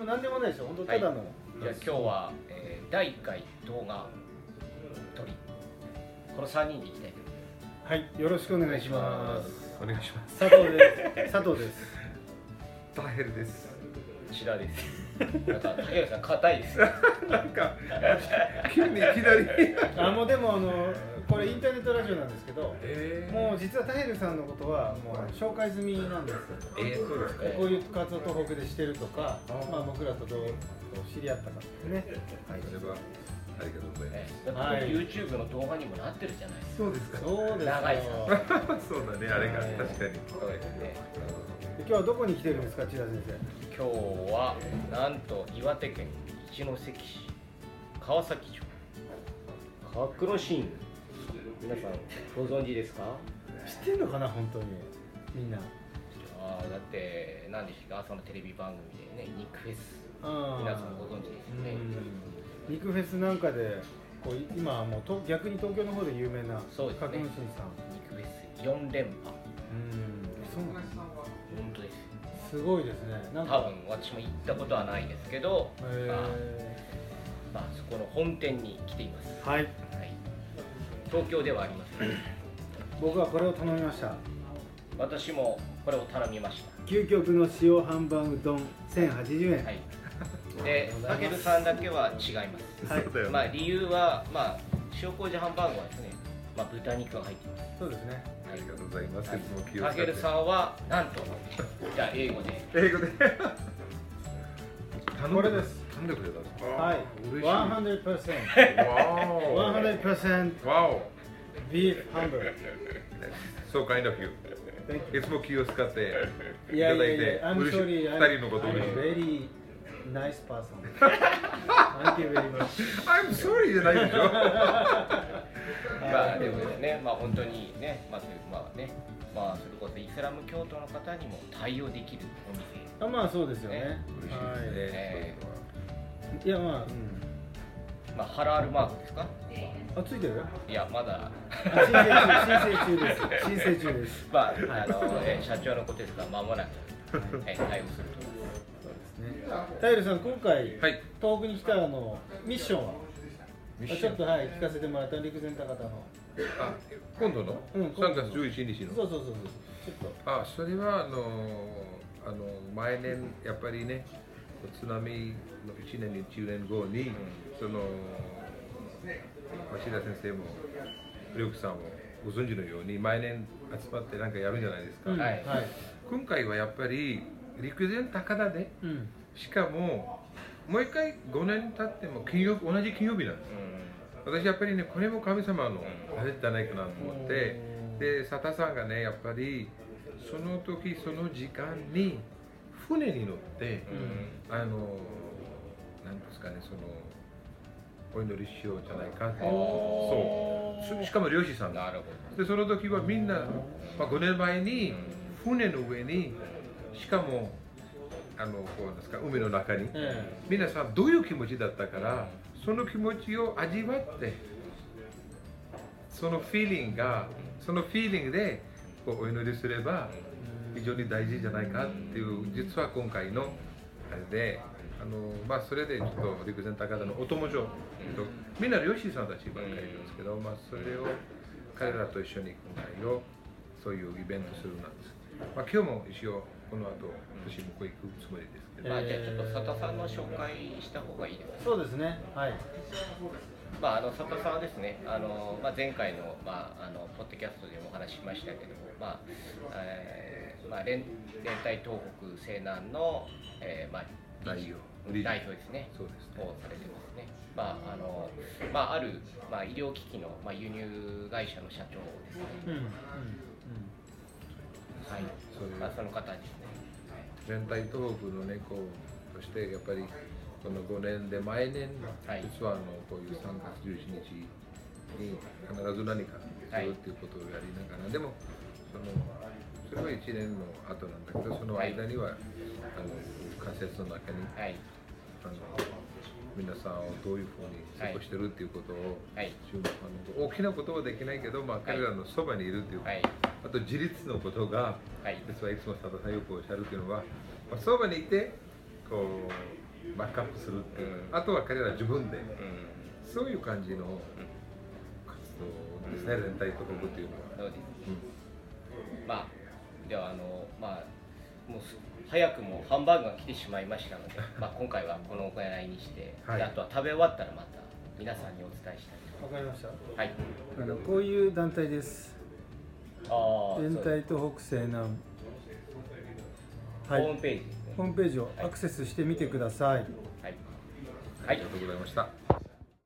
なんでもないですよ。本当ただの。 じゃあ今日は、第1回動画撮り、この3人でいきたいと思います。 はい、よろしくお願いします。 お願いします。 佐藤です。佐藤です。 タヘルです。 千田です。なんか竹内さん硬いです。 なんか急にいきなり。 もうでもこれインターネットラジオなんですけど、もう実はタヘルさんのことはもう紹介済みなんですよ。 そうですか。 こういう活動を東北でしてるとか、まあ僕らとどう知り合ったかってね。 はい、それはありがとうございます。 だから YouTube の動画にもなってるじゃないですか。 そうですか。 そうです。 長井さん。 そうだね、あれが確かに。 そうですね。 今日はどこに来てるんですか、千田先生。 今日はなんと岩手県一関市川崎町角新、皆さんご存知ですか？ 知ってんのかな、本当にみんな。 だって何でしたか、朝のテレビ番組でね、肉フェス、皆さんご存知ですよね。 肉フェスなんかでこう今はもう逆に東京の方で有名なそうですね、 角新さん。 肉フェス4連覇。 そうなんです。 本当です。 すごいですね。なんか多分私も行ったことはないですけど、まあそこの本店に来ています。 はい。 東京ではあります。 僕はこれを頼みました。 私もこれを頼みました。 究極の塩ハンバーグ丼1080円。 はい。で、たけるさんだけは違います。 はい。 そうだよね。 まあ理由は、まあ塩麹ハンバーグはですね、まあ豚肉が入っています。 そうですね。 ありがとうございます。いつも気をたけ使って。 るさんはなんと、じゃあ英語で。 英語で。 これです。 頼んでくれたんですか？ はい。 嬉しい。 100%。 わ 100% お。わお。 beef hamburger. So kind of you. Thank いつも気を使っていいやいやただいていや、I'm 嬉しい。 sorry. 二人のこと嬉しい。 I'm very nice person. Thank you very much. I'm sorry じゃないでしょ。 まあでもですね、まあ本当にね、まあね、まあそれこそイスラム教徒の方にも対応できるお店。 まあそうですよね。 嬉しいですね。 いやまあ、 まあハラールマークですか？ ついてる？ いやまだ申請中です。申請中です。 まあ社長のことですから間もなく対応すると思います。 そうですね。タイルさん、今回、 はい。 東北に来たミッションはミッションちょっと聞かせてもらった陸前高田の。 あ、今度の3月11日の。 そう。ちょっと。 あ、それは毎年やっぱりね、津波の1年1年後にその町田先生もリョクさんもご存知のように毎年集まってなんかやるんじゃないですか。 はい今回はやっぱり陸前高田で、しかももう一回5年経っても同じ金曜日なんです。私やっぱりね、これも神様のあれじゃないかなと思って、で佐田さんがね、やっぱりその時その時間に船に乗って、なんですかね、そのお祈りしようじゃないかって、そうしかも漁師さんなるほで、その時はみんな、5年前に船の上に、しかもこうですか、海の中に、皆さんどういう気持ちだったから、その気持ちを味わって、そのフィーリングでこうお祈りすれば非常に大事じゃないかっていう、実は今回のあれで、それでちょっと陸前高田のお友所とみんな漁師さんたちばっかりいるんですけど、それを彼らと一緒に今回をそういうイベントするなんです。今日も一応この後私もこう行くつもりですけど、 じゃあちょっと佐田さんの紹介した方がいいですか？ そうですね。はい。 佐田さんはですね、前回のポッドキャストでもお話ししましたけども、連帯東北西南の代表ですね。 そうですね。 をされてますね。ある医療機器の輸入会社の社長ですね。はい。その方ですね。 連帯東北の猫としてやっぱりこの5年で毎年、実はこういう3月11日に必ず何かするっていうことをやりながら、でもそれは1年の後なんだけど、その間には仮説の中に、皆さんをどういうふうに過ごしてるっていうことを、大きなことはできないけど、彼らのそばにいるっていう、あと自立のことが、実はいつも佐田さんよくおっしゃるっていうのは、そばにいてこうバックアップするっていう、あとは彼ら自分で、そういう感じの活動ですね、連帯東北っていうのは。 そうです。まあではまあもう早くもハンバーグが来てしまいましたので、まあ今回はこのぐらいにして、であとは食べ終わったらまた皆さんにお伝えしたいと。 わかりました。 はい。 こういう団体です。連帯東北西南。はい。 ホームページですね。 ホームページをアクセスしてみてください。はい。 はい。 ありがとうございました。